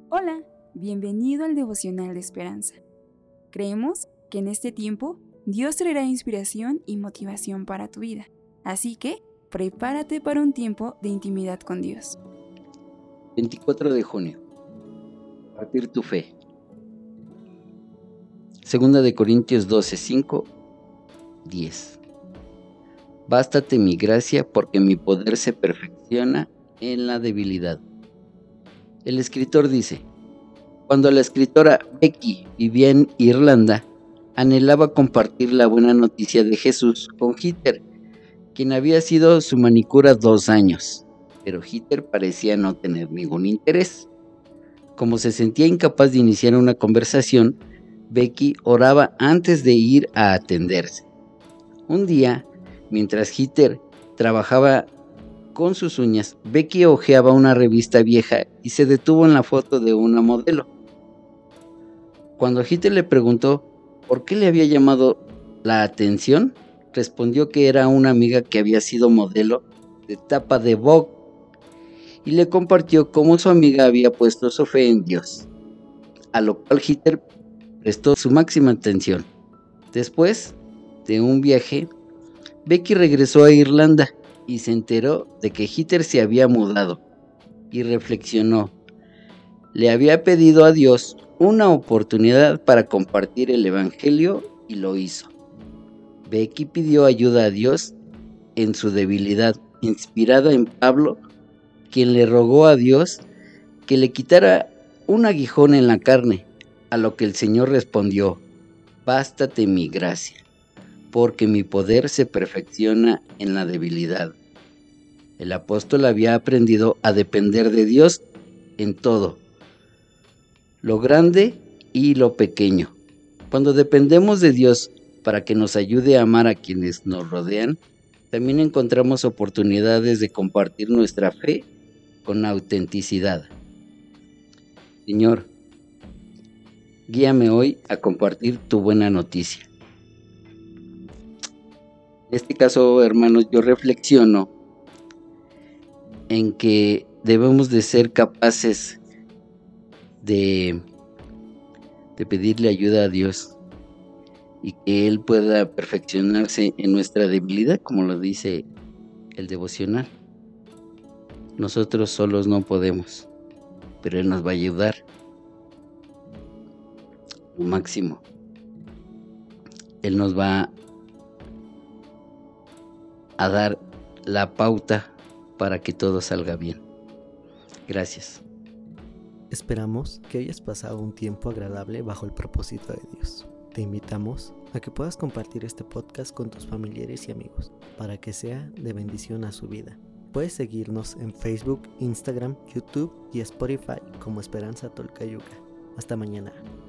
Hola, bienvenido al Devocional de Esperanza. Creemos que en este tiempo Dios traerá inspiración y motivación para tu vida, así que prepárate para un tiempo de intimidad con Dios. 24 de junio. Compartir tu fe. 2 Corintios 12, 5, 10. Bástate mi gracia porque mi poder se perfecciona en la debilidad. El escritor dice: cuando la escritora Becky vivía en Irlanda, anhelaba compartir la buena noticia de Jesús con Heather, quien había sido su manicura 2 años, pero Heather parecía no tener ningún interés. Como se sentía incapaz de iniciar una conversación, Becky oraba antes de ir a atenderse. Un día, mientras Heather trabajaba con sus uñas, Becky hojeaba una revista vieja y se detuvo en la foto de una modelo. Cuando Heather le preguntó por qué le había llamado la atención, respondió que era una amiga que había sido modelo de tapa de Vogue y le compartió cómo su amiga había puesto su fe en Dios, a lo cual Heather prestó su máxima atención. Después de un viaje, Becky regresó a Irlanda y se enteró de que Heather se había mudado y reflexionó. Le había pedido a Dios una oportunidad para compartir el evangelio y lo hizo. Becky pidió ayuda a Dios en su debilidad, inspirada en Pablo, quien le rogó a Dios que le quitara un aguijón en la carne, a lo que el Señor respondió: bástate mi gracia, porque mi poder se perfecciona en la debilidad. El apóstol había aprendido a depender de Dios en todo, lo grande y lo pequeño. Cuando dependemos de Dios para que nos ayude a amar a quienes nos rodean, también encontramos oportunidades de compartir nuestra fe con autenticidad. Señor, guíame hoy a compartir tu buena noticia. En este caso, hermanos, yo reflexiono en que debemos de ser capaces de pedirle ayuda a Dios y que Él pueda perfeccionarse en nuestra debilidad, como lo dice el devocional. Nosotros solos no podemos, pero Él nos va a ayudar lo máximo. Él nos va a dar la pauta para que todo salga bien. Gracias. Esperamos que hayas pasado un tiempo agradable bajo el propósito de Dios. Te invitamos a que puedas compartir este podcast con tus familiares y amigos para que sea de bendición a su vida. Puedes seguirnos en Facebook, Instagram, YouTube y Spotify como Esperanza Tolcayuca. Hasta mañana.